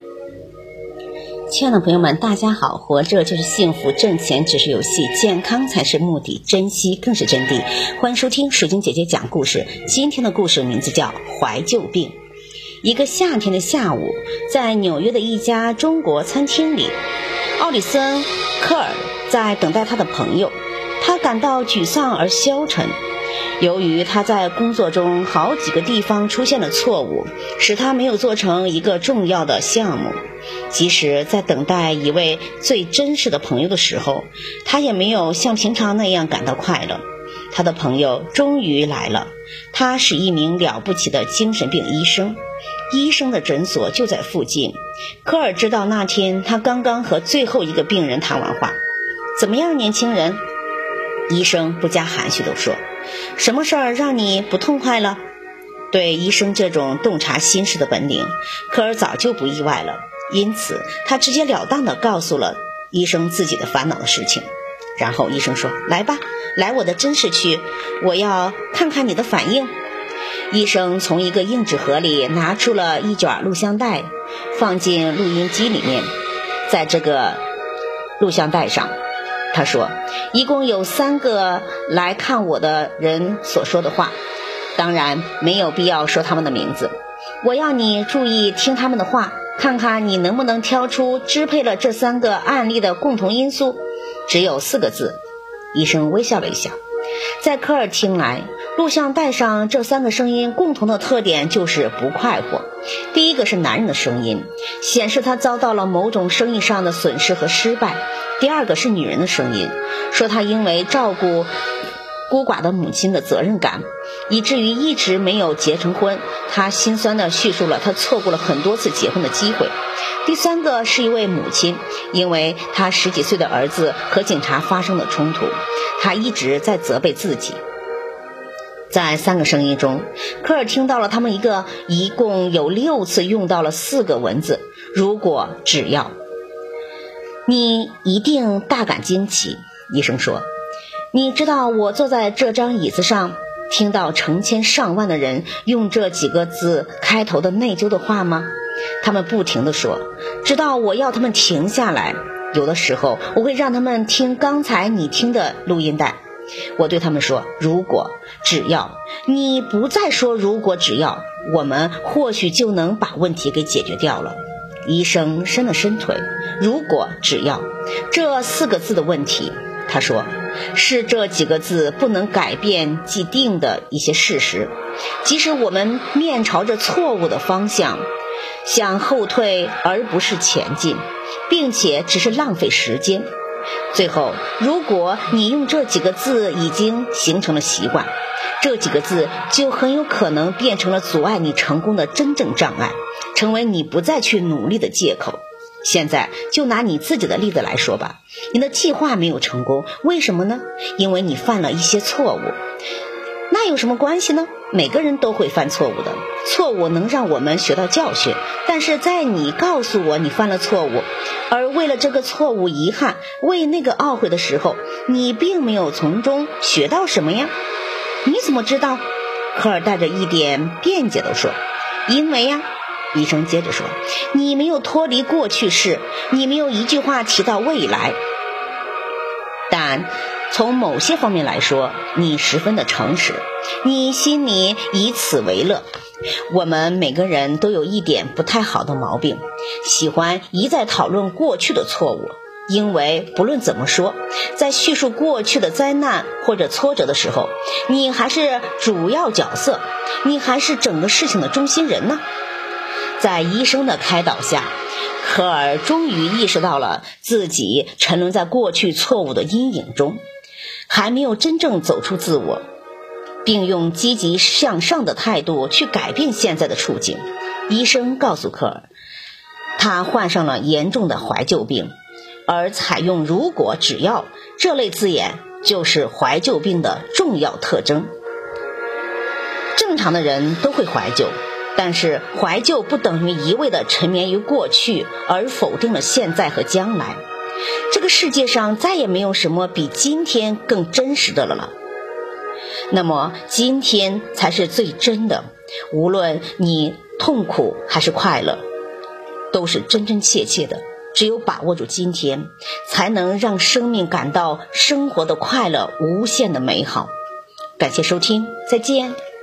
亲爱的朋友们，大家好，活着就是幸福，挣钱只是游戏，健康才是目的，珍惜更是真谛。欢迎收听水晶姐姐讲故事。今天的故事名字叫怀旧病。一个夏天的下午，在纽约的一家中国餐厅里，奥里森·科尔在等待他的朋友，他感到沮丧而消沉。由于他在工作中好几个地方出现了错误，使他没有做成一个重要的项目。即使在等待一位最真实的朋友的时候，他也没有像平常那样感到快乐。他的朋友终于来了，他是一名了不起的精神病医生，医生的诊所就在附近。科尔知道那天他刚刚和最后一个病人谈完话。怎么样，年轻人？医生不加含蓄地说，什么事儿让你不痛快了？对医生这种洞察心事的本领，科尔早就不意外了，因此他直截了当地告诉了医生自己的烦恼的事情。然后医生说，来吧，来我的真实区，我要看看你的反应。医生从一个硬纸盒里拿出了一卷录像带，放进录音机里面。在这个录像带上，他说，一共有3个来看我的人所说的话，当然没有必要说他们的名字。我要你注意听他们的话，看看你能不能挑出支配了这3个案例的共同因素。只有4个字。医生微笑了一下。在科尔听来，录像带上这3个声音共同的特点就是不快活。第一个是男人的声音，显示他遭到了某种生意上的损失和失败。第二个是女人的声音，说他因为照顾孤寡的母亲的责任感，以至于一直没有结成婚。他心酸地叙述了他错过了很多次结婚的机会。第3个是一位母亲，因为他10几岁的儿子和警察发生了冲突，他一直在责备自己。在3个声音中，科尔听到了他们一共有6次用到了4个文字，如果只要。你一定大感惊奇，医生说，你知道我坐在这张椅子上，听到成千上万的人用这几个字开头的内疚的话吗？他们不停地说，直到我要他们停下来。有的时候我会让他们听刚才你听的录音带。我对他们说，如果只要你不再说如果只要，我们或许就能把问题给解决掉了。医生伸了伸腿，如果只要这4个字的问题，他说，是这几个字不能改变既定的一些事实。即使我们面朝着错误的方向向后退而不是前进，并且只是浪费时间。最后，如果你用这几个字已经形成了习惯，这几个字就很有可能变成了阻碍你成功的真正障碍，成为你不再去努力的借口。现在就拿你自己的例子来说吧，你的计划没有成功，为什么呢？因为你犯了一些错误。那有什么关系呢？每个人都会犯错误的，错误能让我们学到教训，但是在你告诉我你犯了错误，而为了这个错误遗憾，为那个懊悔的时候，你并没有从中学到什么呀？你怎么知道？科尔带着一点辩解地说，因为呀，医生接着说，你没有脱离过去式，你没有一句话提到未来。但从某些方面来说，你十分的诚实，你心里以此为乐。我们每个人都有一点不太好的毛病，喜欢一再讨论过去的错误，因为不论怎么说，在叙述过去的灾难或者挫折的时候，你还是主要角色，你还是整个事情的中心人呢。在医生的开导下，科尔终于意识到了自己沉沦在过去错误的阴影中，还没有真正走出自我，并用积极向上的态度去改变现在的处境。医生告诉科尔，他患上了严重的怀旧病，而采用如果只要这类字眼就是怀旧病的重要特征。正常的人都会怀旧，但是怀旧不等于一味的沉湎于过去，而否定了现在和将来。这个世界上再也没有什么比今天更真实的了。那么今天才是最真的，无论你痛苦还是快乐， 都是真真切切的。只有把握住今天，才能让生命感到生活的快乐无限的美好。感谢收听，再见。